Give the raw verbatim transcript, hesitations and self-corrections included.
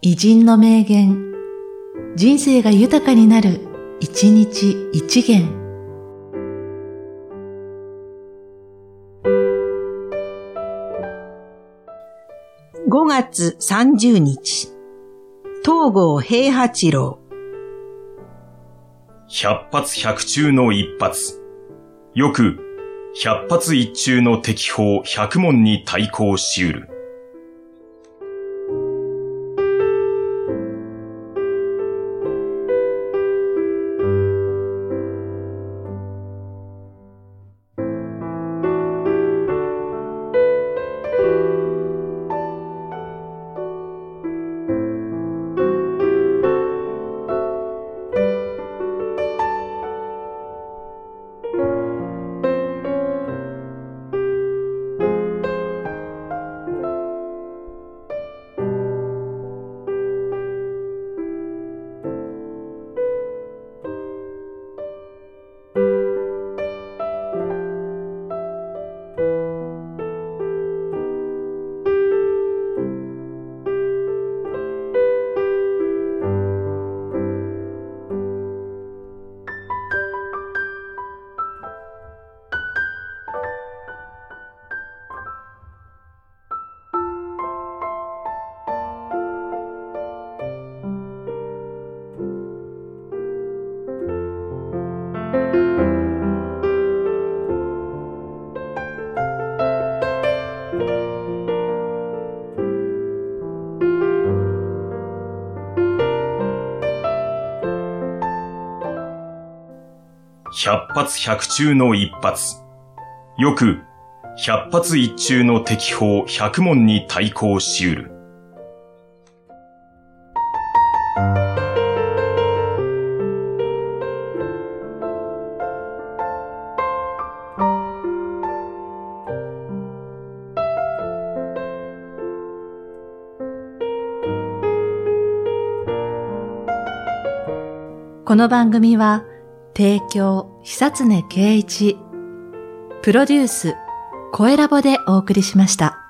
偉人の名言、人生が豊かになる、一日一元。 ごがつさんじゅうにち、東郷平八郎。 百発百中の一発。よく、百発一中の適法百問に対抗し得る。百発百中の一発。よく、百発一中の適法百問に対抗し得る。 この番組は、提供、久常圭一、プロデュース、声ラボでお送りしました。